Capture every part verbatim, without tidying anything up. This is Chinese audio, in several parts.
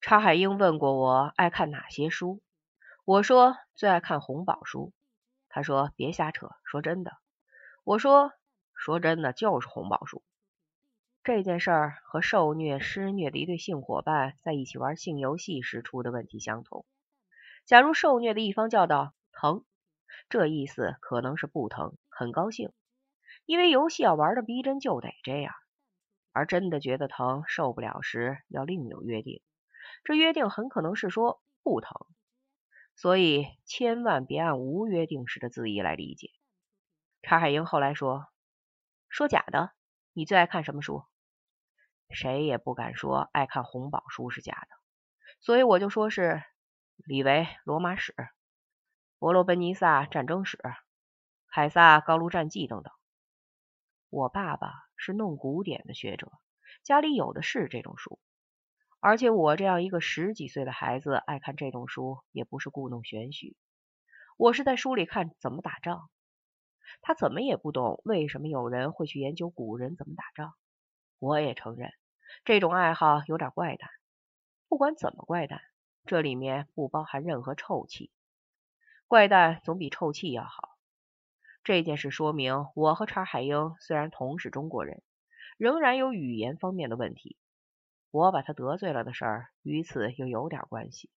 查海英问过我爱看哪些书，我说最爱看红宝书。他说别瞎扯，说真的。我说说真的就是红宝书。这件事儿和受虐施虐的一对性伙伴在一起玩性游戏时出的问题相同。假如受虐的一方叫道疼，这意思可能是不疼，很高兴，因为游戏要玩的逼真就得这样。而真的觉得疼受不了时，要另有约定，这约定很可能是说不疼，所以千万别按无约定时的字义来理解。查海英后来说，说假的，你最爱看什么书？谁也不敢说爱看红宝书是假的，所以我就说是李维罗马史、伯罗奔尼撒战争史、凯撒高卢战记等等。我爸爸是弄古典的学者，家里有的是这种书，而且我这样一个十几岁的孩子爱看这种书，也不是故弄玄虚。我是在书里看怎么打仗，他怎么也不懂为什么有人会去研究古人怎么打仗。我也承认这种爱好有点怪诞，不管怎么怪诞，这里面不包含任何臭气，怪诞总比臭气要好。这件事说明我和查海英虽然同是中国人，仍然有语言方面的问题。我把他得罪了的事儿与此又有点关系。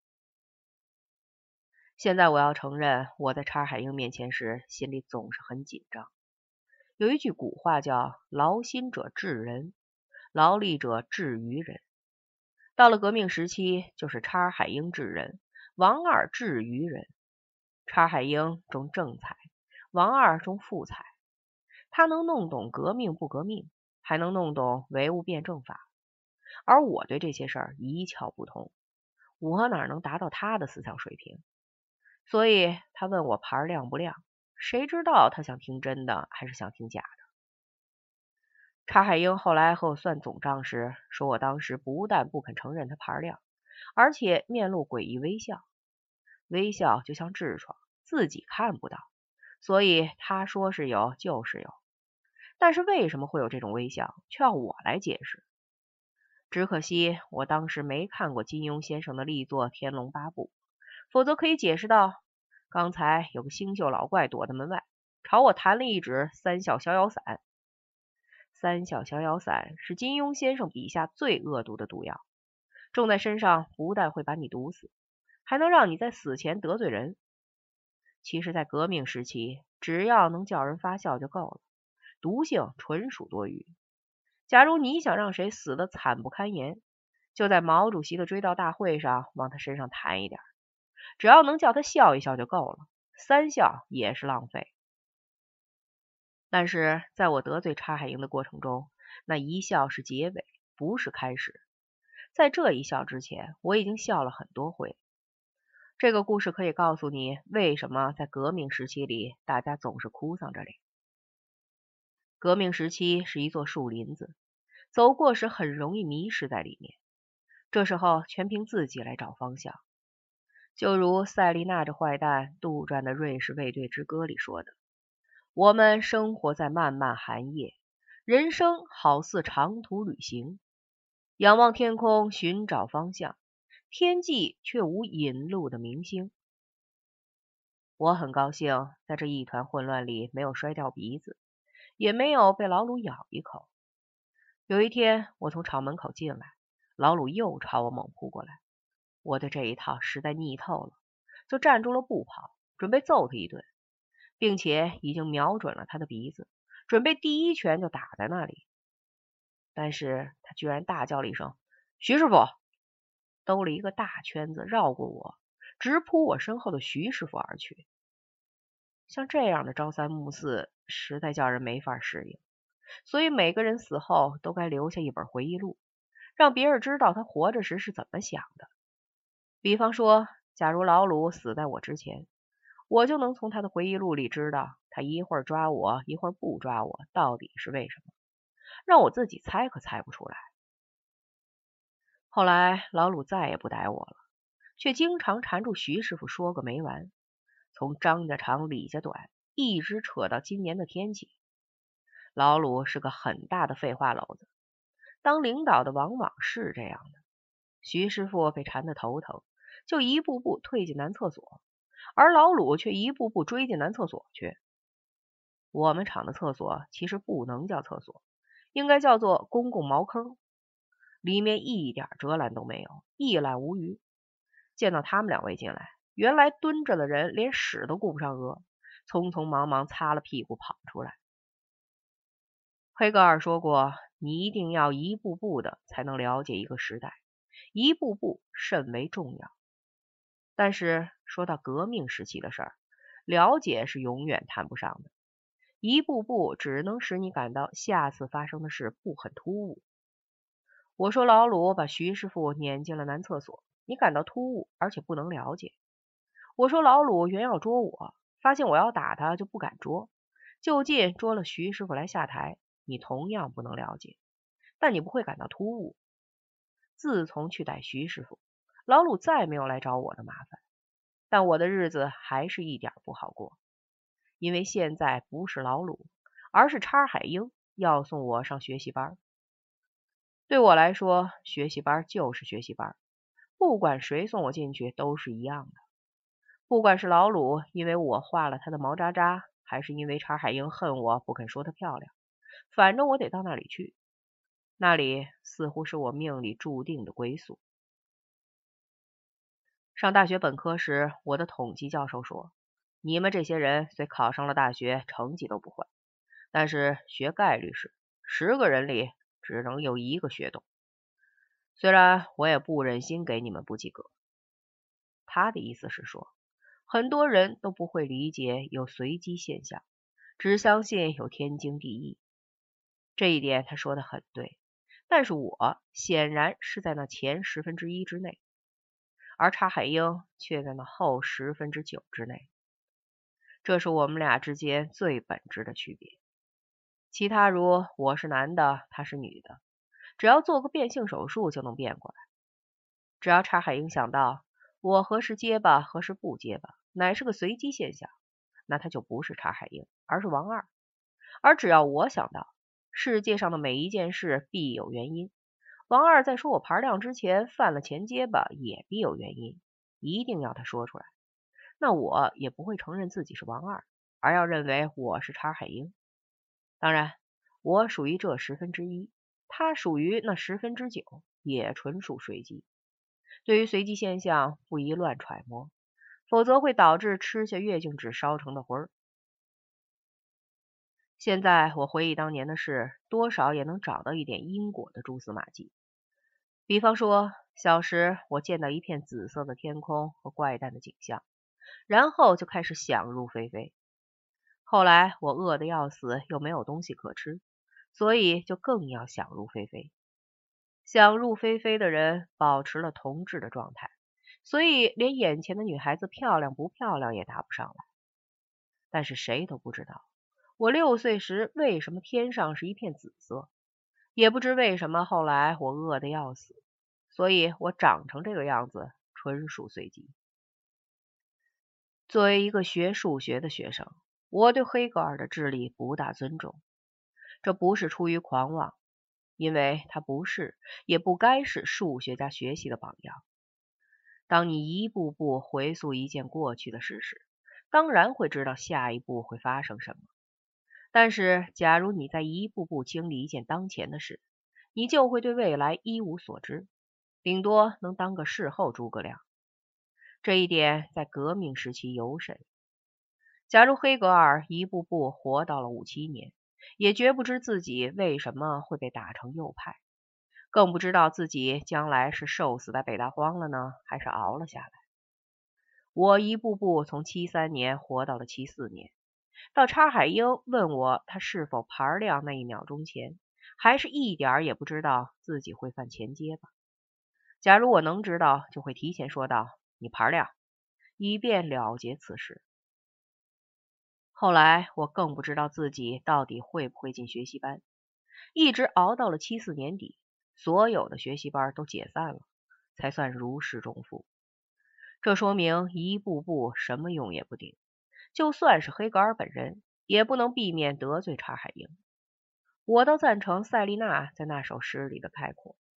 现在我要承认，我在查海英面前时心里总是很紧张。有一句古话叫劳心者治人，劳力者治于人。到了革命时期，就是查海英治人，王二治于人。查海英重正财，王二重富财。他能弄懂革命不革命，还能弄懂唯物辩证法，而我对这些事儿一窍不通，我哪能达到他的思想水平？所以他问我牌亮不亮，谁知道他想听真的还是想听假的。查海英后来和我算总账时，说我当时不但不肯承认他牌亮，而且面露诡异微笑，微笑就像痔疮，自己看不到，所以他说是有就是有。但是为什么会有这种微笑，却要我来解释？只可惜我当时没看过金庸先生的力作《天龙八部》，否则可以解释到，刚才有个星宿老怪躲在门外，朝我弹了一指三笑逍遥散。三笑逍遥散是金庸先生笔下最恶毒的毒药，种在身上不但会把你毒死，还能让你在死前得罪人。其实在革命时期，只要能叫人发笑就够了，毒性纯属多余。假如你想让谁死得惨不堪言，就在毛主席的追悼大会上往他身上弹一点，只要能叫他笑一笑就够了，三笑也是浪费。但是在我得罪查海英的过程中，那一笑是结尾，不是开始。在这一笑之前，我已经笑了很多回。这个故事可以告诉你，为什么在革命时期里，大家总是哭丧着脸。革命时期是一座树林子，走过时很容易迷失在里面，这时候全凭自己来找方向。就如塞丽娜这坏蛋杜撰的《瑞士卫队之歌》里说的，我们生活在漫漫寒夜，人生好似长途旅行，仰望天空寻找方向，天际却无引路的明星。我很高兴在这一团混乱里没有摔掉鼻子，也没有被老鲁咬一口。有一天我从厂门口进来，老鲁又朝我猛扑过来，我对这一套实在腻透了，就站住了不跑，准备揍他一顿，并且已经瞄准了他的鼻子，准备第一拳就打在那里。但是他居然大叫了一声徐师傅，兜了一个大圈子绕过我，直扑我身后的徐师傅而去。像这样的朝三暮四实在叫人没法适应，所以每个人死后都该留下一本回忆录，让别人知道他活着时是怎么想的。比方说，假如老鲁死在我之前，我就能从他的回忆录里知道他一会儿抓我一会儿不抓我到底是为什么，让我自己猜可猜不出来。后来老鲁再也不逮我了，却经常缠住徐师傅说个没完，从张家长李家短一直扯到今年的天气。老鲁是个很大的废话篓子，当领导的往往是这样的。 徐师傅被缠得头疼，就一步步退进男厕所，而老鲁却一步步追进男厕所去。我们厂的厕所其实不能叫厕所，应该叫做公共茅坑，里面一点遮拦都没有，一览无余。见到他们两位进来，原来蹲着的人连屎都顾不上屙，匆匆忙忙擦了屁股跑出来。黑格尔说过，你一定要一步步的才能了解一个时代，一步步甚为重要。但是说到革命时期的事儿，了解是永远谈不上的，一步步只能使你感到下次发生的事不很突兀。我说老鲁把徐师傅撵进了男厕所，你感到突兀而且不能了解。我说老鲁原要捉我，发现我要打他就不敢捉，就近捉了徐师傅来下台，你同样不能了解，但你不会感到突兀。自从去逮徐师傅，老鲁再没有来找我的麻烦，但我的日子还是一点不好过，因为现在不是老鲁，而是叉海英要送我上学习班。对我来说，学习班就是学习班，不管谁送我进去都是一样的。不管是老鲁因为我画了他的毛渣渣，还是因为叉海英恨我不肯说她漂亮，反正我得到那里去。那里似乎是我命里注定的归宿。上大学本科时，我的统计教授说，你们这些人虽考上了大学，成绩都不坏，但是学概率是十个人里只能有一个学懂。虽然我也不忍心给你们不及格。他的意思是说，很多人都不会理解有随机现象，只相信有天经地义。这一点他说的很对，但是我显然是在那前十分之一之内，而叉海英却在那后十分之九之内。这是我们俩之间最本质的区别。其他如我是男的，他是女的，只要做个变性手术就能变过来。只要叉海英想到我何时结巴何时不结巴乃是个随机现象，那他就不是叉海英，而是王二。而只要我想到世界上的每一件事必有原因，王二在说我牌亮之前犯了前结巴也必有原因，一定要他说出来，那我也不会承认自己是王二，而要认为我是叉海英。当然我属于这十分之一，他属于那十分之九，也纯属随机。对于随机现象不宜乱揣摩，否则会导致吃下月经纸烧成的灰儿。现在我回忆当年的事，多少也能找到一点因果的蛛丝马迹。比方说，小时我见到一片紫色的天空和怪诞的景象，然后就开始想入非非。后来我饿得要死，又没有东西可吃，所以就更要想入非非。想入非非的人保持了同质的状态，所以连眼前的女孩子漂亮不漂亮也答不上来。但是谁都不知道，我六岁时为什么天上是一片紫色，也不知为什么后来我饿得要死，所以我长成这个样子纯属随机。作为一个学数学的学生，我对黑格尔的智力不大尊重，这不是出于狂妄，因为他不是也不该是数学家学习的榜样。当你一步步回溯一件过去的事时，当然会知道下一步会发生什么。但是假如你在一步步经历一件当前的事，你就会对未来一无所知，顶多能当个事后诸葛亮。这一点在革命时期尤甚。假如黑格尔一步步活到了五七年，也绝不知自己为什么会被打成右派，更不知道自己将来是瘦死在北大荒了呢，还是熬了下来。我一步步从七三年活到了七四年，到叉海英问我他是否牌亮那一秒钟前，还是一点也不知道自己会犯前结巴。假如我能知道，就会提前说道你牌亮，以便了结此事。后来我更不知道自己到底会不会进学习班，一直熬到了七四年底，所有的学习班都解散了，才算如释重负。这说明一步步什么用也不顶，就算是黑格尔本人，也不能避免得罪叉海英。我倒赞成塞丽娜在那首诗里的概括，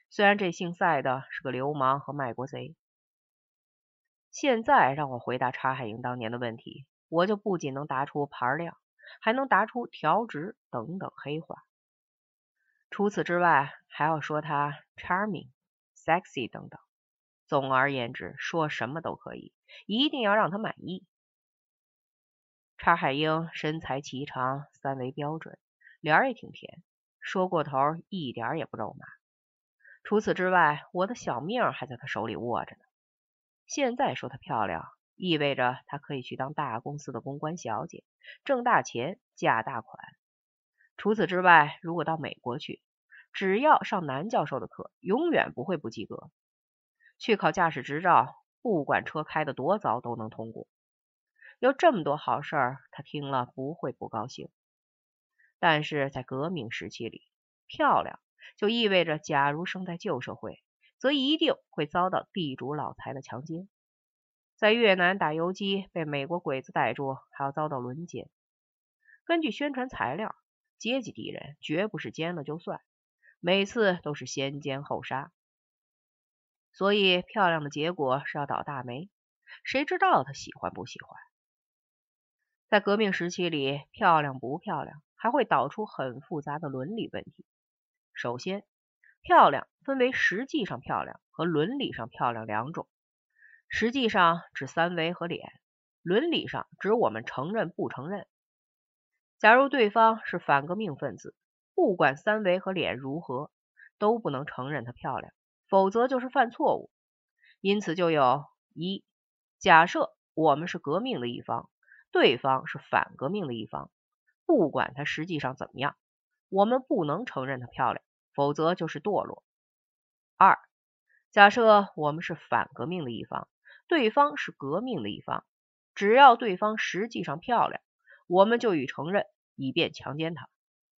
虽然这姓赛的是个流氓和卖国贼。现在让我回答查海英当年的问题，我就不仅能答出牌量，还能答出调职等等黑话。除此之外，还要说他 charming、sexy 等等。总而言之，说什么都可以，一定要让他满意。查海英身材颀长，三围标准，脸儿也挺甜，说过头一点也不肉麻。除此之外，我的小命还在他手里握着呢。现在说她漂亮，意味着她可以去当大公司的公关小姐，挣大钱，嫁大款。除此之外，如果到美国去，只要上男教授的课，永远不会不及格。去考驾驶执照，不管车开得多糟都能通过。有这么多好事儿，他听了不会不高兴。但是在革命时期里，漂亮就意味着假如生在旧社会，则一定会遭到地主老财的强奸。在越南打游击被美国鬼子逮住，还要遭到轮奸。根据宣传材料，阶级敌人绝不是奸了就算，每次都是先奸后杀。所以漂亮的结果是要倒大霉，谁知道他喜欢不喜欢？在革命时期里，漂亮不漂亮还会导出很复杂的伦理问题。首先，漂亮分为实际上漂亮和伦理上漂亮两种。实际上指三围和脸，伦理上指我们承认不承认。假如对方是反革命分子，不管三围和脸如何，都不能承认她漂亮，否则就是犯错误。因此就有一，假设我们是革命的一方，对方是反革命的一方，不管他实际上怎么样，我们不能承认他漂亮，否则就是堕落。二，假设我们是反革命的一方，对方是革命的一方，只要对方实际上漂亮，我们就予承认，以便强奸他。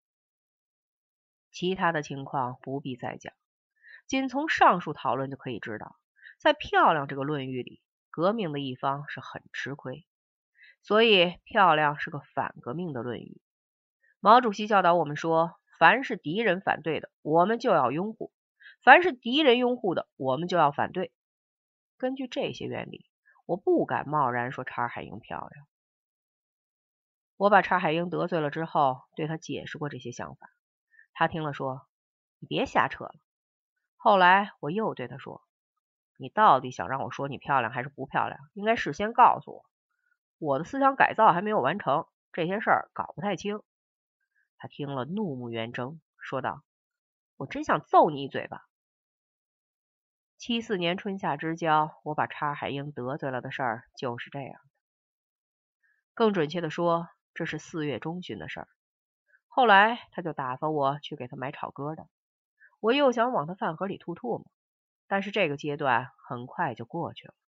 其他的情况不必再讲，仅从上述讨论就可以知道，在漂亮这个论域里，革命的一方是很吃亏。所以漂亮是个反革命的论语。毛主席教导我们说，凡是敌人反对的，我们就要拥护；凡是敌人拥护的，我们就要反对。根据这些原理，我不敢贸然说查海英漂亮。我把查海英得罪了之后，对他解释过这些想法。他听了说，你别瞎扯了。后来我又对他说，你到底想让我说你漂亮还是不漂亮，应该事先告诉我。我的思想改造还没有完成，这些事儿搞不太清。他听了怒目圆睁，说道，我真想揍你一嘴巴。七四年春夏之交，我把查海英得罪了的事儿就是这样的。更准确的说，这是四月中旬的事儿。后来他就打发我去给他买炒鸽的，我又想往他饭盒里吐唾沫，但是这个阶段很快就过去了。